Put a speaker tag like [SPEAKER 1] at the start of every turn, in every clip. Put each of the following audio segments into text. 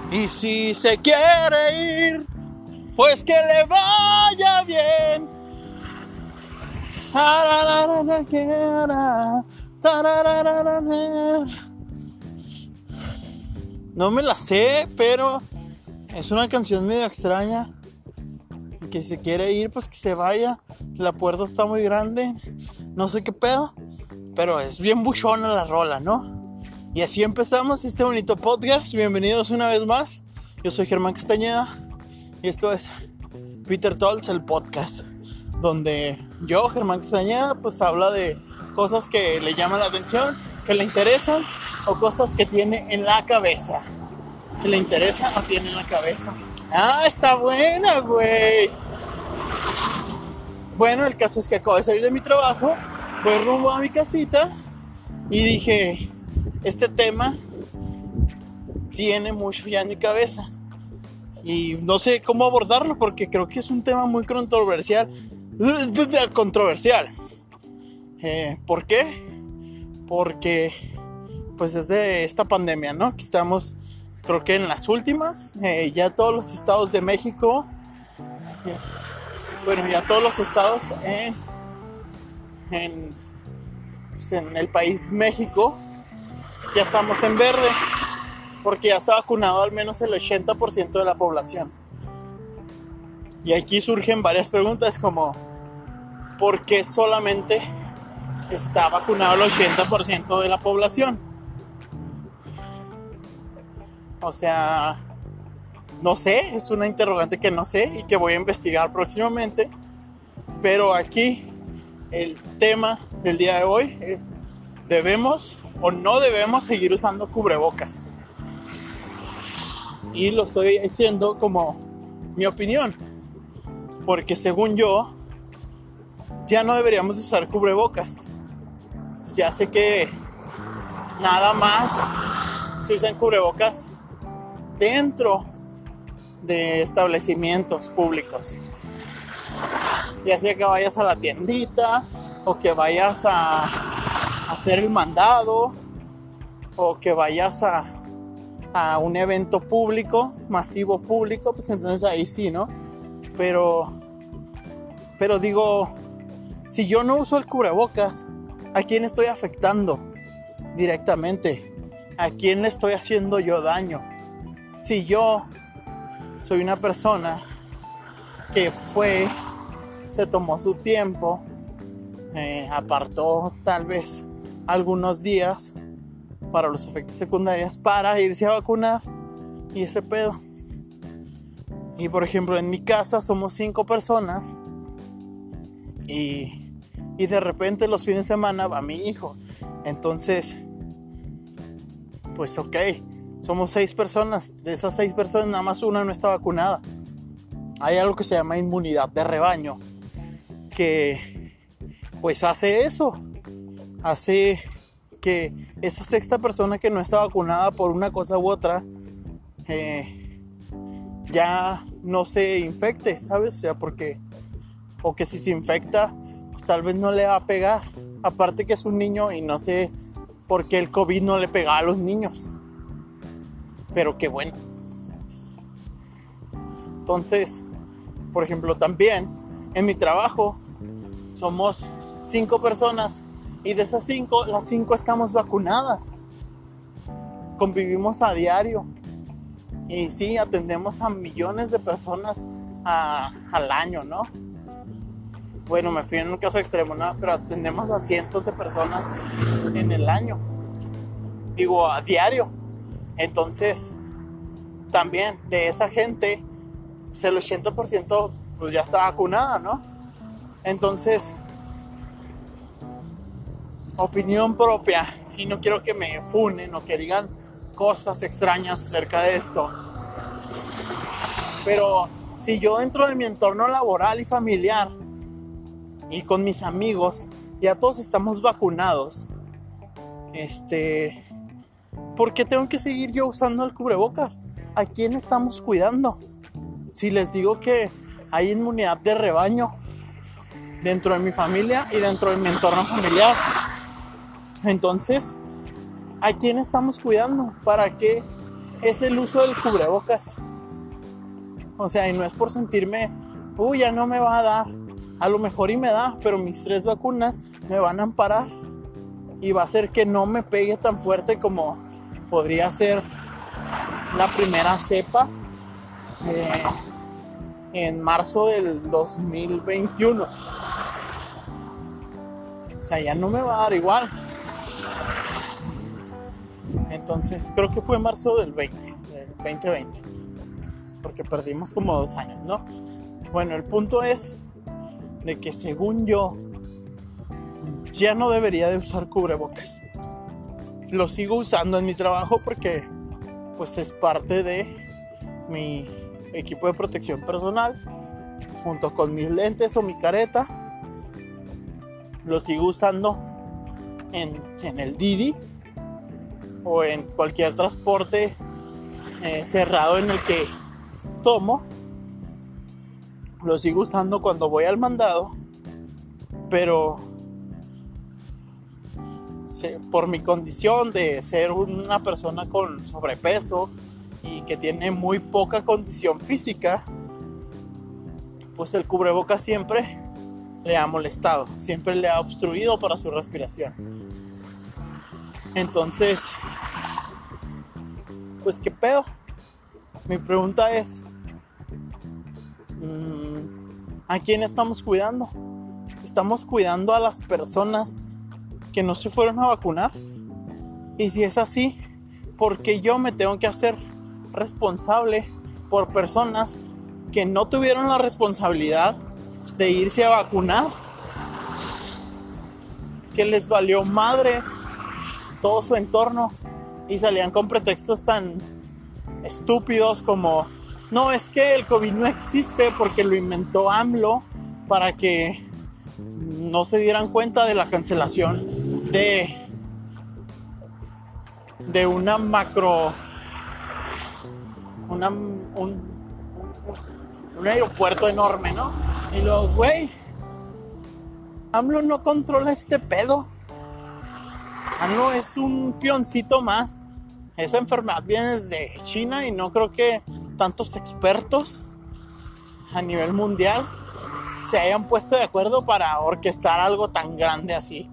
[SPEAKER 1] Y si se quiere ir, pues que le vaya bien. No me la sé, pero es una canción medio extraña. Que si quiere ir, pues que se vaya. La puerta está muy grande. No sé qué pedo, pero es bien buchona la rola, ¿no? Y así empezamos este bonito podcast. Bienvenidos una vez más. Yo soy Germán Castañeda y esto es Peter Talks, el podcast, donde yo, Germán Castañeda, pues habla de cosas que le llaman la atención, que le interesan, o cosas que tiene en la cabeza. Que le interesa o tiene en la cabeza. Ah, está buena, güey. Bueno, el caso es que acabo de salir de mi trabajo, voy rumbo a mi casita y dije, este tema tiene mucho ya en mi cabeza y no sé cómo abordarlo porque creo que es un tema muy controversial. ¿Por qué? Porque pues desde esta pandemia, ¿no? Que estamos, creo que en las últimas, ya todos los estados de México, ya todos los estados en el país México ya estamos en verde, porque ya está vacunado al menos el 80% de la población. Y aquí surgen varias preguntas como ¿por qué solamente está vacunado el 80% de la población? O sea, no sé, es una interrogante que no sé y que voy a investigar próximamente. Pero aquí el tema del día de hoy es: ¿debemos o no debemos seguir usando cubrebocas? Y lo estoy diciendo como mi opinión, porque según yo ya no deberíamos usar cubrebocas. Ya sé que nada más se usan cubrebocas dentro de establecimientos públicos, ya sea que vayas a la tiendita o que vayas a hacer el mandado o que vayas a un evento público, masivo público, pues entonces ahí sí, ¿no? Pero digo, si yo no uso el cubrebocas, ¿a quién estoy afectando directamente? ¿A quién le estoy haciendo yo daño? Si yo soy una persona que se tomó su tiempo, apartó tal vez algunos días para los efectos secundarios para irse a vacunar y ese pedo. Y por ejemplo en mi casa somos 5 personas y de repente los fines de semana va mi hijo. Entonces, pues ok, somos 6 personas. De esas 6 personas nada más una no está vacunada. Hay algo que se llama inmunidad de rebaño, que pues hace eso, hace que esa sexta persona que no está vacunada por una cosa u otra ya no se infecte, ¿sabes? O sea, o que si se infecta, pues tal vez no le va a pegar. Aparte que es un niño y no sé por qué el COVID no le pega a los niños. Pero qué bueno. Entonces, por ejemplo, también en mi trabajo somos 5 personas y de esas 5, las 5 estamos vacunadas. Convivimos a diario y sí, atendemos a millones de personas al año, ¿no? Bueno, me fui en un caso extremo, ¿no? Pero atendemos a cientos de personas en el año. Digo, a diario. Entonces, también de esa gente, pues el 80% pues ya está vacunada, ¿no? Entonces, opinión propia, y no quiero que me funen o que digan cosas extrañas acerca de esto, pero si yo dentro de mi entorno laboral y familiar y con mis amigos ya todos estamos vacunados, ¿por qué tengo que seguir yo usando el cubrebocas? ¿A quién estamos cuidando? Si les digo que hay inmunidad de rebaño dentro de mi familia y dentro de mi entorno familiar, entonces, ¿a quién estamos cuidando? ¿Para qué es el uso del cubrebocas. O sea, y no es por sentirme, ya no me va a dar. A lo mejor y me da, pero mis 3 vacunas me van a amparar. Y va a hacer que no me pegue tan fuerte como podría ser la primera cepa en marzo del 2021. O sea, ya no me va a dar igual. Entonces, creo que fue en marzo del 2020. Porque perdimos como 2 años, ¿no? Bueno, el punto es de que según yo ya no debería de usar cubrebocas. Lo sigo usando en mi trabajo porque pues es parte de mi equipo de protección personal, junto con mis lentes o mi careta. Lo sigo usando en el Didi o en cualquier transporte cerrado en el que tomo. Lo sigo usando cuando voy al mandado, pero por mi condición de ser una persona con sobrepeso y que tiene muy poca condición física, pues el cubrebocas siempre le ha molestado, siempre le ha obstruido para su respiración. Entonces, pues ¿qué pedo? Mi pregunta es, ¿a quién estamos cuidando? ¿Estamos cuidando a las personas que no se fueron a vacunar? Y si es así, ¿por qué yo me tengo que hacer responsable por personas que no tuvieron la responsabilidad de irse a vacunar? Que les valió madres todo su entorno y salían con pretextos tan estúpidos como: no, es que el COVID no existe porque lo inventó AMLO para que no se dieran cuenta de la cancelación de una un aeropuerto enorme, ¿no? Y luego, güey, AMLO no controla este pedo. AMLO es un pioncito más. Esa enfermedad viene desde China y no creo que tantos expertos a nivel mundial se hayan puesto de acuerdo para orquestar algo tan grande así.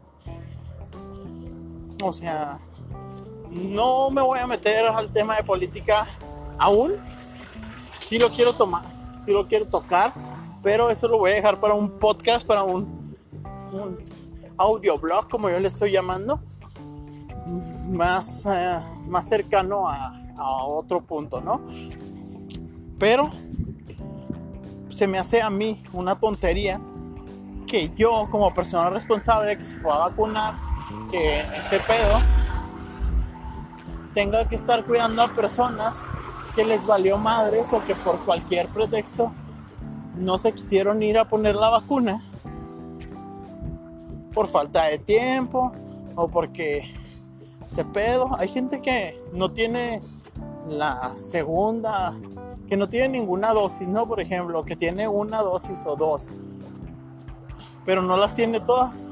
[SPEAKER 1] O sea, no me voy a meter al tema de política aún. Sí lo quiero tomar, sí lo quiero tocar, pero eso lo voy a dejar para un podcast, para un audioblog, como yo le estoy llamando, más cercano a otro punto, ¿no? Pero se me hace a mí una tontería que yo, como persona responsable que se fue a vacunar, que ese pedo, tenga que estar cuidando a personas que les valió madres o que por cualquier pretexto no se quisieron ir a poner la vacuna por falta de tiempo o porque ese pedo. Hay gente que no tiene la segunda, que no tiene ninguna dosis, ¿no? Por ejemplo, que tiene una dosis o 2, pero no las tiene todas.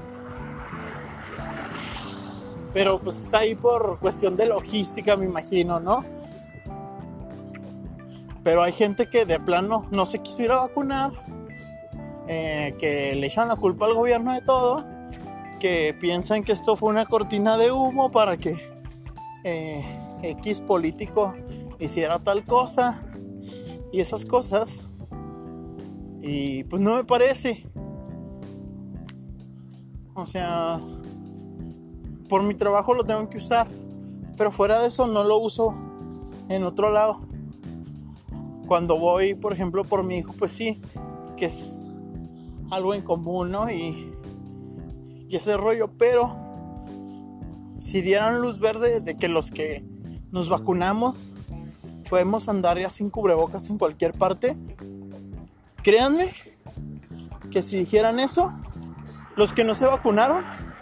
[SPEAKER 1] Pero pues es ahí por cuestión de logística, me imagino, ¿no? Pero hay gente que de plano no se quiso ir a vacunar, que le echan la culpa al gobierno de todo, que piensan que esto fue una cortina de humo para que X político hiciera tal cosa y esas cosas. Y pues no me parece. O sea, por mi trabajo lo tengo que usar, pero fuera de eso no lo uso en otro lado. Cuando voy, por ejemplo, por mi hijo, pues sí, que es algo en común, ¿no? Y ese rollo, pero si dieran luz verde de que los que nos vacunamos podemos andar ya sin cubrebocas en cualquier parte, créanme que si dijeran eso, los que no se vacunaron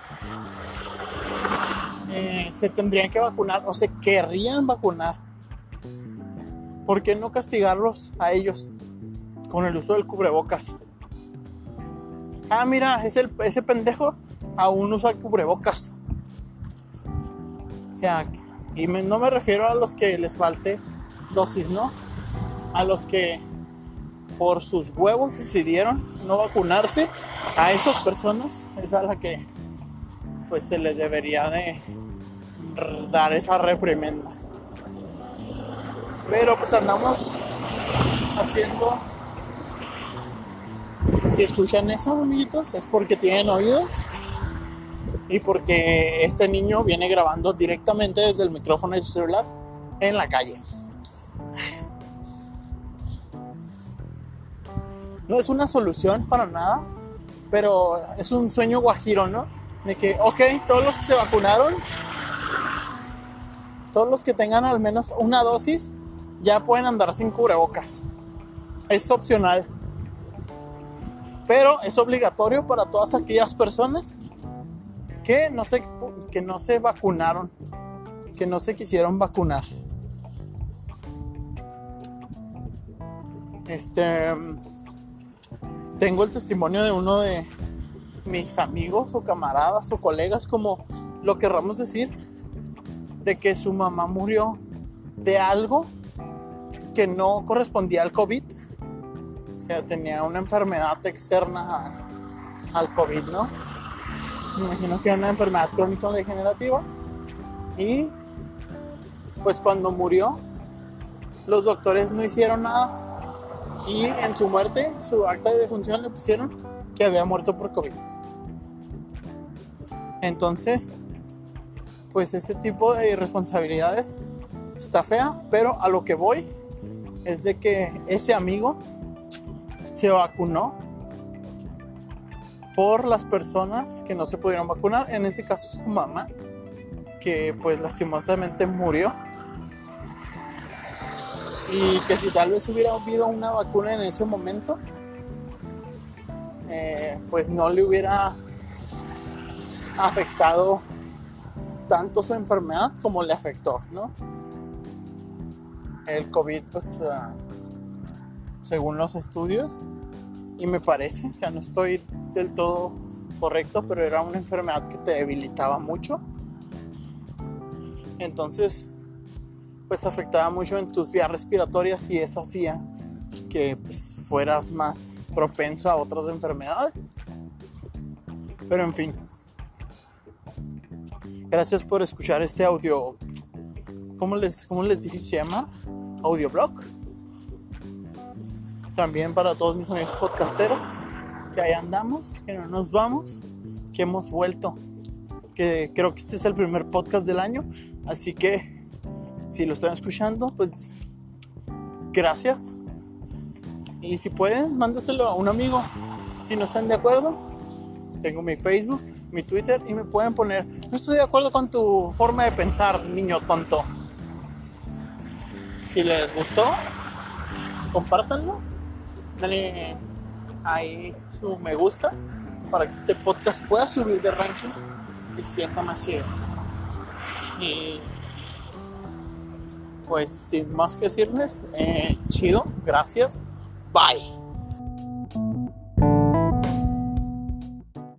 [SPEAKER 1] se tendrían que vacunar o se querrían vacunar. ¿Por qué no castigarlos a ellos con el uso del cubrebocas? Ah, mira, ese pendejo aún usa cubrebocas. O sea, Y no me refiero a los que les falte dosis, ¿no? A los que por sus huevos decidieron no vacunarse. A esas personas es a la que pues se les debería de dar esa reprimenda. Pero pues andamos haciendo... Si escuchan eso, amiguitos, es porque tienen oídos y porque este niño viene grabando directamente desde el micrófono de su celular en la calle. No es una solución para nada, pero es un sueño guajiro, ¿no? De que, ok, todos los que se vacunaron, todos los que tengan al menos una dosis, ya pueden andar sin cubrebocas. Es opcional. Pero es obligatorio para todas aquellas personas que no se vacunaron, que no se quisieron vacunar. Tengo el testimonio de uno de mis amigos o camaradas o colegas, como lo querramos decir, de que su mamá murió de algo que no correspondía al COVID. O sea, tenía una enfermedad externa al COVID, ¿no? Me imagino que era una enfermedad crónico-degenerativa. Y pues cuando murió, los doctores no hicieron nada. Y en su muerte, su acta de defunción, le pusieron que había muerto por COVID. Entonces, pues ese tipo de irresponsabilidades está fea, pero a lo que voy es de que ese amigo se vacunó por las personas que no se pudieron vacunar, en ese caso su mamá, que pues lastimosamente murió, y que si tal vez hubiera habido una vacuna en ese momento, pues no le hubiera afectado tanto su enfermedad como le afectó, ¿no? El COVID, pues según los estudios, y me parece, o sea, no estoy del todo correcto, pero era una enfermedad que te debilitaba mucho. Entonces, pues afectaba mucho en tus vías respiratorias y eso hacía que pues fueras más propenso a otras enfermedades. Pero en fin, gracias por escuchar este audio. ¿Cómo les dije que se llama? Audioblog. También para todos mis amigos podcasteros, que ahí andamos, que no nos vamos, que hemos vuelto, que creo que este es el primer podcast del año, así que si lo están escuchando, pues gracias. Y si pueden, mándaselo a un amigo. Si no están de acuerdo, tengo mi Facebook, mi Twitter, y me pueden poner: no estoy de acuerdo con tu forma de pensar, niño tonto. Si les gustó, compártanlo, dale ahí su me gusta para que este podcast pueda subir de ranking y se sienta más chido. Y pues sin más que decirles, chido, gracias, bye.